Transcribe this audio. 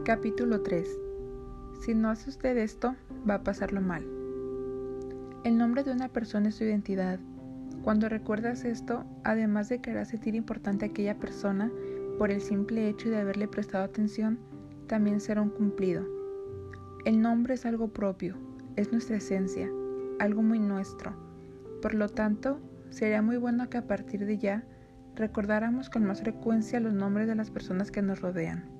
Capítulo 3. Si no hace usted esto, va a pasarlo mal. El nombre de una persona es su identidad. Cuando recuerdas esto, además de que hará sentir importante a aquella persona por el simple hecho de haberle prestado atención, también será un cumplido. El nombre es algo propio, es nuestra esencia, algo muy nuestro. Por lo tanto, sería muy bueno que a partir de ya recordáramos con más frecuencia los nombres de las personas que nos rodean.